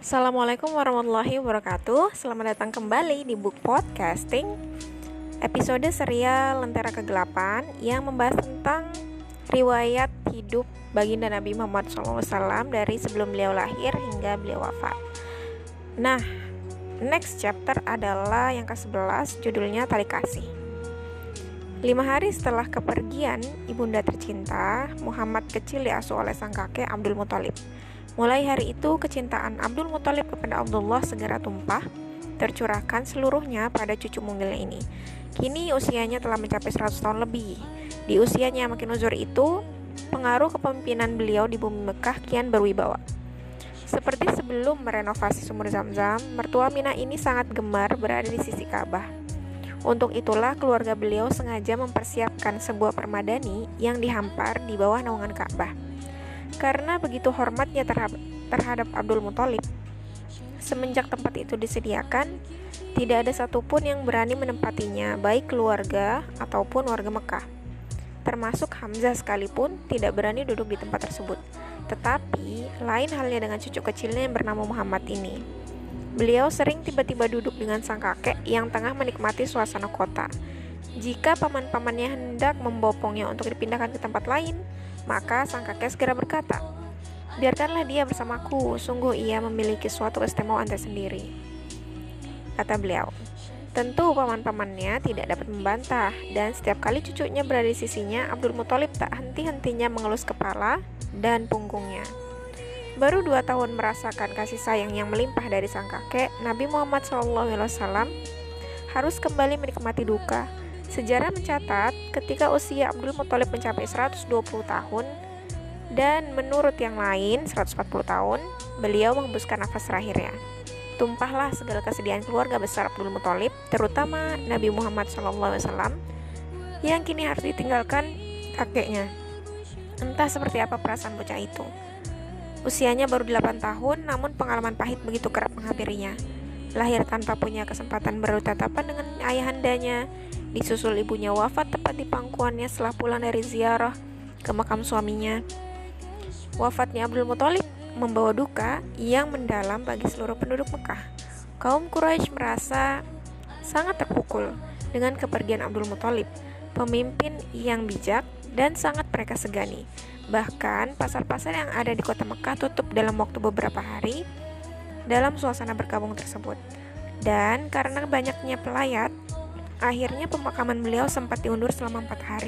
Assalamualaikum warahmatullahi wabarakatuh. Selamat datang kembali di Book Podcasting, episode serial Lentera Kegelapan yang membahas tentang riwayat hidup baginda Nabi Muhammad SAW dari sebelum beliau lahir hingga beliau wafat. Nah, next chapter adalah yang ke-11, judulnya Tali Kasih. 5 hari setelah kepergian ibunda tercinta, Muhammad kecil diasuh oleh sang kakek Abdul Muthalib. Mulai hari itu, kecintaan Abdul Muthalib kepada Abdullah segera tumpah, tercurahkan seluruhnya pada cucu mungilnya ini. Kini usianya telah mencapai 100 tahun lebih. Di usianya makin uzur itu, pengaruh kepemimpinan beliau di bumi Mekah kian berwibawa. Seperti sebelum merenovasi sumur Zam-Zam, mertua Minah ini sangat gemar berada di sisi Ka'bah. Untuk itulah keluarga beliau sengaja mempersiapkan sebuah permadani yang dihampar di bawah naungan Ka'bah. Karena begitu hormatnya terhadap Abdul Muthalib, semenjak tempat itu disediakan, tidak ada satupun yang berani menempatinya, baik keluarga ataupun warga Mekah. Termasuk Hamzah sekalipun tidak berani duduk di tempat tersebut. Tetapi, lain halnya dengan cucu kecilnya yang bernama Muhammad ini. Beliau sering tiba-tiba duduk dengan sang kakek yang tengah menikmati suasana kota. Jika paman-pamannya hendak membopongnya untuk dipindahkan ke tempat lain, maka sang kakek segera berkata, "Biarkanlah dia bersamaku, sungguh ia memiliki suatu keistimewaan tersendiri," kata beliau. Tentu paman-pamannya tidak dapat membantah, dan setiap kali cucunya berada di sisinya, Abdul Muthalib tak henti-hentinya mengelus kepala dan punggungnya. Baru 2 tahun merasakan kasih sayang yang melimpah dari sang kakek, Nabi Muhammad SAW harus kembali menikmati duka. Sejarah mencatat ketika usia Abdul Muthalib mencapai 120 tahun dan menurut yang lain 140 tahun, beliau menghembuskan nafas terakhirnya. Tumpahlah segala kesedihan keluarga besar Abdul Muthalib, terutama Nabi Muhammad SAW yang kini harus ditinggalkan kakeknya. Entah seperti apa perasaan bocah itu. Usianya baru 8 tahun, namun pengalaman pahit begitu kerap menghampirinya. Lahir tanpa punya kesempatan bertatapan dengan ayahandanya, disusul ibunya wafat tepat di pangkuannya setelah pulang dari ziarah ke makam suaminya. Wafatnya Abdul Muthalib membawa duka yang mendalam bagi seluruh penduduk Mekah. Kaum Quraisy merasa sangat terpukul dengan kepergian Abdul Muthalib, pemimpin yang bijak dan sangat mereka segani. Bahkan pasar-pasar yang ada di kota Mekah tutup dalam waktu beberapa hari dalam suasana berkabung tersebut. Dan karena banyaknya pelayat, akhirnya pemakaman beliau sempat diundur selama 4 hari.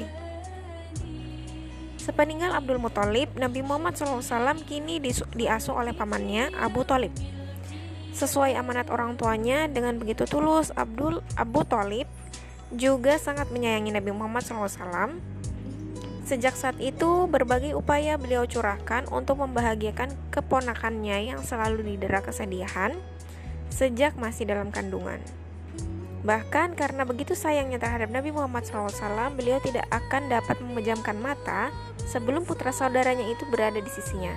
Sepeninggal Abdul Muthalib, Nabi Muhammad SAW kini diasuh oleh pamannya Abu Thalib. Sesuai amanat orang tuanya, dengan begitu tulus Abu Thalib juga sangat menyayangi Nabi Muhammad SAW. Sejak saat itu, berbagai upaya beliau curahkan untuk membahagiakan keponakannya yang selalu didera kesedihan sejak masih dalam kandungan. Bahkan karena begitu sayangnya terhadap Nabi Muhammad SAW, beliau tidak akan dapat memejamkan mata sebelum putra saudaranya itu berada di sisinya.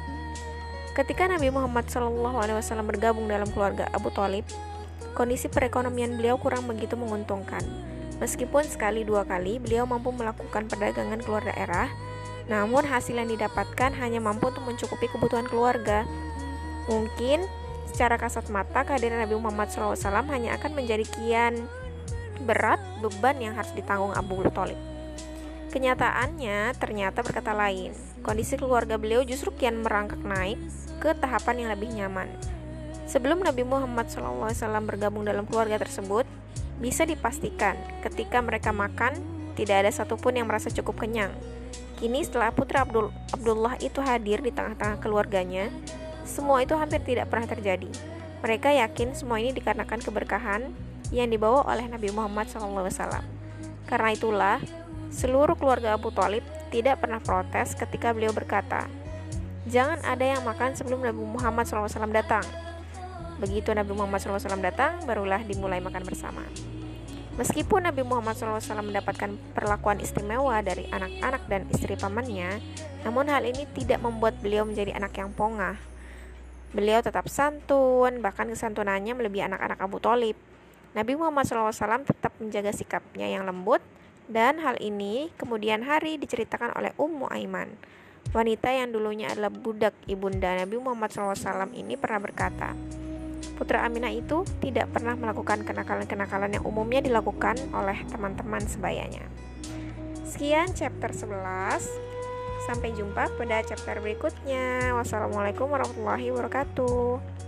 Ketika Nabi Muhammad SAW bergabung dalam keluarga Abu Thalib, kondisi perekonomian beliau kurang begitu menguntungkan. Meskipun sekali 2 kali beliau mampu melakukan perdagangan keluar daerah, namun hasil yang didapatkan hanya mampu untuk mencukupi kebutuhan keluarga. Mungkin secara kasat mata kehadiran Nabi Muhammad SAW hanya akan menjadi kian berat beban yang harus ditanggung Abu Thalib. Kenyataannya ternyata berkata lain. Kondisi keluarga beliau justru kian merangkak naik ke tahapan yang lebih nyaman. Sebelum Nabi Muhammad SAW bergabung dalam keluarga tersebut, bisa dipastikan ketika mereka makan, tidak ada satupun yang merasa cukup kenyang. Kini setelah putra Abdullah itu hadir di tengah-tengah keluarganya, semua itu hampir tidak pernah terjadi. Mereka yakin semua ini dikarenakan keberkahan yang dibawa oleh Nabi Muhammad SAW. Karena itulah, seluruh keluarga Abu Thalib tidak pernah protes ketika beliau berkata, "Jangan ada yang makan sebelum Nabi Muhammad SAW datang." Begitu Nabi Muhammad SAW datang, barulah dimulai makan bersama. Meskipun Nabi Muhammad SAW mendapatkan perlakuan istimewa dari anak-anak dan istri pamannya, namun hal ini tidak membuat beliau menjadi anak yang pongah. Beliau tetap santun, bahkan kesantunannya melebihi anak-anak Abu Thalib. Nabi Muhammad SAW tetap menjaga sikapnya yang lembut, dan hal ini kemudian hari diceritakan oleh Ummu Aiman. Wanita yang dulunya adalah budak ibunda Nabi Muhammad SAW ini pernah berkata, putra Aminah itu tidak pernah melakukan kenakalan-kenakalan yang umumnya dilakukan oleh teman-teman sebayanya. Sekian chapter 11. Sampai jumpa pada chapter berikutnya. Wassalamualaikum warahmatullahi wabarakatuh.